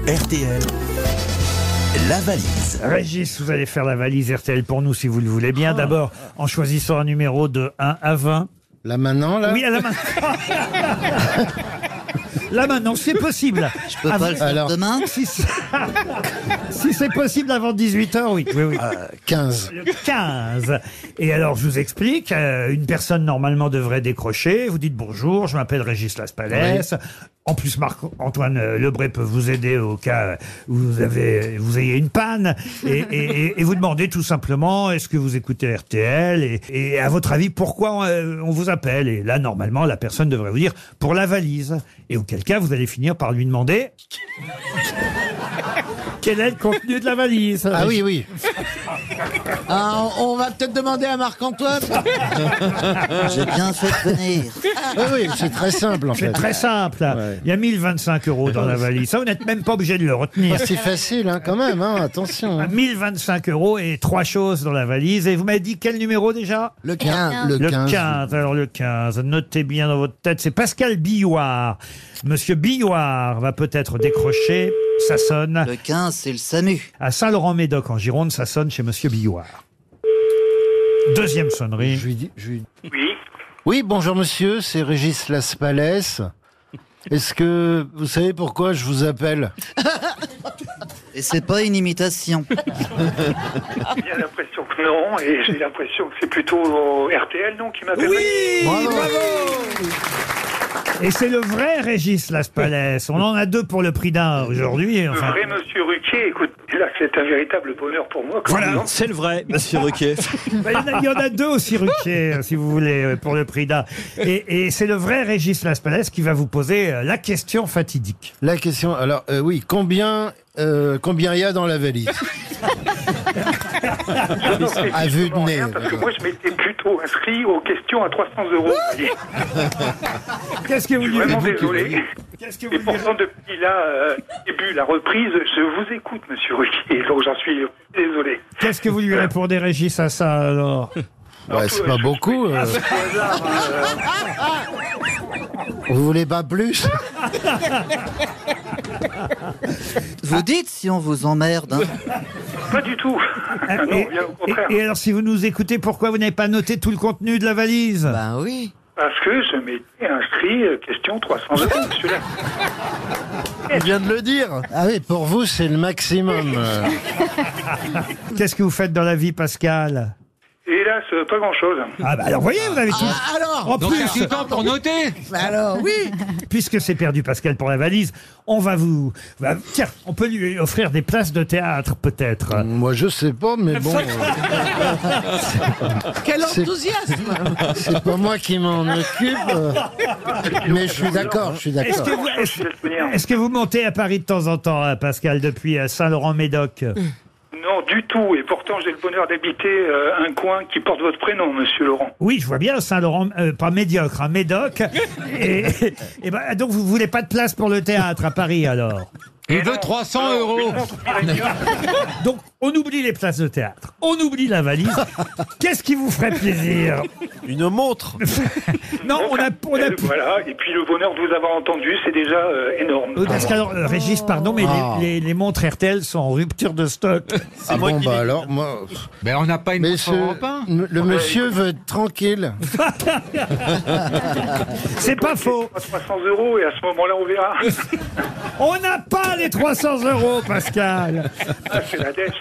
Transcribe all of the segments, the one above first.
RTL, la valise. Régis, vous allez faire la valise RTL pour nous si vous le voulez bien. D'abord, en choisissant un numéro de 1 à 20. Là maintenant, là? Oui, à la main. Là maintenant, c'est possible. Je peux pas le faire alors, demain. Si c'est possible avant 18h, oui. Oui. 15. Le 15. Et alors, je vous explique, une personne normalement devrait décrocher. Vous dites bonjour, je m'appelle Régis Laspalès. En plus, Marc-Antoine Lebré peut vous aider au cas où vous ayez une panne. Et vous demandez tout simplement, est-ce que vous écoutez RTL et à votre avis, pourquoi on vous appelle? Et là, normalement, la personne devrait vous dire, pour la valise. Et auquel cas, vous allez finir par lui demander... Quel est le contenu de la valise? Ah oui. On va peut-être demander à Marc-Antoine. J'ai bien fait de venir. Oui, c'est très simple en fait. C'est très simple. Ouais. Il y a 1025 € dans la valise. Ça, vous n'êtes même pas obligé de le retenir. C'est facile hein, quand même, hein, attention. Hein. 1025 € et 3 choses dans la valise. Et vous m'avez dit quel numéro déjà? Le 15. Le 15. 15. Alors le 15. Notez bien dans votre tête. C'est Pascal Billouard. Monsieur Billouard va peut-être décrocher. Ça sonne. Le 15, c'est le SAMU. À Saint-Laurent-Médoc, en Gironde, ça sonne chez Monsieur Billouard. Deuxième sonnerie. Je lui dis. Oui. Oui, bonjour monsieur, c'est Régis Laspalès. Est-ce que vous savez pourquoi je vous appelle? Et c'est pas une imitation. J'ai l'impression que non, et j'ai l'impression que c'est plutôt RTL, non, qui m'appelle. Oui, Bravo. Et c'est le vrai Régis Laspalès. On en a deux pour le prix d'un aujourd'hui. Le Enfin, vrai Monsieur Ruquier, écoute, là, c'est un véritable bonheur pour moi. Comme voilà. C'est le vrai, monsieur Ruquier. Il y en a deux aussi Ruquier, si vous voulez, pour le prix d'un. Et c'est le vrai Régis Laspalès qui va vous poser la question fatidique. La question, alors oui, combien il y a dans la valise? À vue de nez. Parce que moi, je m'étais plutôt inscrit aux questions à 300 €. Qu'est-ce que vous Je lui suis vraiment désolé. Qu'est-ce que Et vous lui pourtant, depuis là, début, la reprise, je vous écoute, Monsieur Ruquier. Donc, j'en suis désolé. Qu'est-ce que vous lui répondez, Régis, à ça alors? Ouais, c'est pas beaucoup. Au hasard, Vous voulez pas plus? Vous dites si on vous emmerde. Hein. pas du tout. Non, bien au contraire. Et alors, si vous nous écoutez, pourquoi vous n'avez pas noté tout le contenu de la valise? Ben oui. Parce que je m'étais inscrit, question 300 €, celui-là. Il vient de le dire. Ah oui, pour vous, c'est le maximum. Qu'est-ce que vous faites dans la vie, Pascal? Hélas, pas grand-chose. Ah bah alors, voyez, vous avez tout. Alors En plus, pour noter. Alors, oui. puisque c'est perdu, Pascal, pour la valise, on va tiens, on peut lui offrir des places de théâtre, peut-être. Moi, je sais pas, mais bon. Quel enthousiasme. C'est pas moi qui m'en occupe. Mais je suis d'accord, Est-ce que vous montez à Paris de temps en temps, hein, Pascal, depuis Saint-Laurent-Médoc? Non, du tout. Et pourtant, j'ai le bonheur d'habiter un coin qui porte votre prénom, Monsieur Laurent. Oui, je vois bien Saint-Laurent, pas médiocre, hein, Médoc. et donc, vous voulez pas de place pour le théâtre à Paris, alors? Il veut 300 €. Donc, on oublie les places de théâtre, on oublie la valise. Qu'est-ce qui vous ferait plaisir? Une montre. Non, on a Voilà, et puis le bonheur de vous avoir entendu, c'est déjà énorme. Parce qu'alors, Régis, pardon, mais les montres RTL sont en rupture de stock. Ah bon, bah alors, moi. Mais on n'a pas une Mais montre européen. le monsieur veut être tranquille. C'est pas faux. 300 € et à ce moment-là, on verra. On n'a pas les 300 €, Pascal. Ah, c'est la dèche.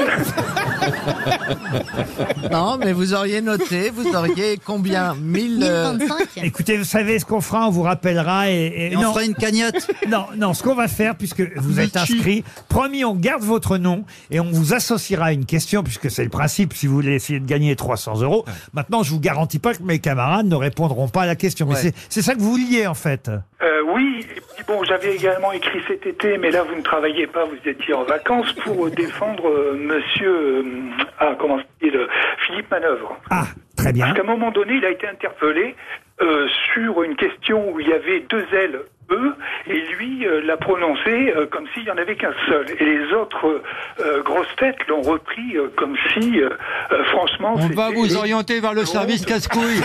Non, mais vous auriez noté, vous auriez combien 1025. Écoutez, vous savez ce qu'on fera, on vous rappellera Et on non, fera une cagnotte. non, ce qu'on va faire, puisque vous êtes inscrit, promis, on garde votre nom et on vous associera à une question, puisque c'est le principe, si vous voulez essayer de gagner 300 €. Maintenant, je vous garantis pas que mes camarades ne répondront pas à la question, mais c'est ça que vous vouliez, en fait. Oui, et puis bon, j'avais également écrit cet été, mais là, vous ne travailliez pas, vous étiez en vacances pour défendre monsieur, comment s'appelle, Philippe Manœuvre. Ah, très bien. Parce qu'à un moment donné, il a été interpellé sur une question où il y avait deux ailes E, et lui l'a prononcé comme s'il n'y en avait qu'un seul. Et les autres grosses têtes l'ont repris comme si, franchement... On va c'était- vous orienter vers le service casse-couille.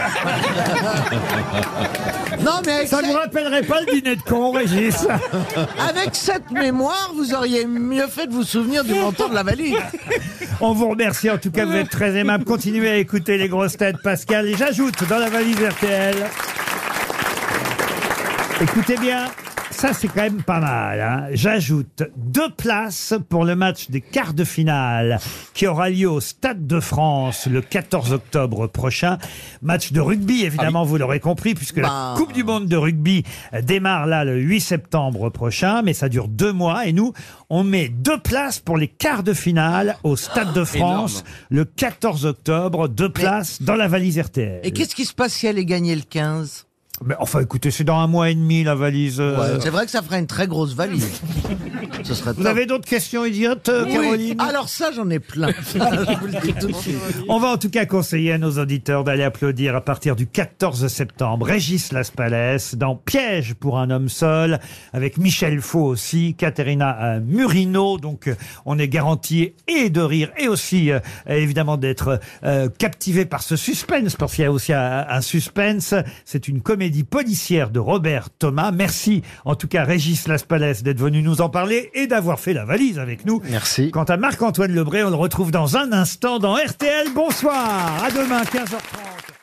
Non, mais Ça ne vous rappellerait pas le dîner de con, Régis? avec cette mémoire, vous auriez mieux fait de vous souvenir du montant de la valise. On vous remercie, en tout cas, vous êtes très aimable. Continuez à écouter les grosses têtes, Pascal. Et j'ajoute dans la valise RTL... Écoutez bien, ça c'est quand même pas mal. Hein. J'ajoute 2 places pour le match des quarts de finale qui aura lieu au Stade de France le 14 octobre prochain. Match de rugby, évidemment, vous l'aurez compris, puisque la Coupe du Monde de rugby démarre là le 8 septembre prochain, mais ça dure 2 mois. Et nous, on met 2 places pour les quarts de finale au Stade de France le 14 octobre. 2 places dans la valise RTL. Et qu'est-ce qui se passe si elle est gagnée le 15? Mais enfin, écoutez, c'est dans 1 mois et demi la valise. C'est vrai que ça ferait une très grosse valise. Ce serait Vous top. avez d'autres questions idiotes, Oui. Caroline? Alors ça, j'en ai plein. Je vous le dis tout de suite. On va en tout cas conseiller à nos auditeurs d'aller applaudir à partir du 14 septembre Régis Laspalès dans Piège pour un homme seul, avec Michel Faux aussi, Caterina Murino. Donc on est garanti et de rire et aussi évidemment d'être captivé par ce suspense, parce qu'il y a aussi un suspense. C'est une comédie policière de Robert Thomas. Merci en tout cas Régis Laspalès d'être venu nous en parler et d'avoir fait la valise avec nous. Merci. Quant à Marc-Antoine Lebré, on le retrouve dans un instant dans RTL. Bonsoir, à demain 15h30.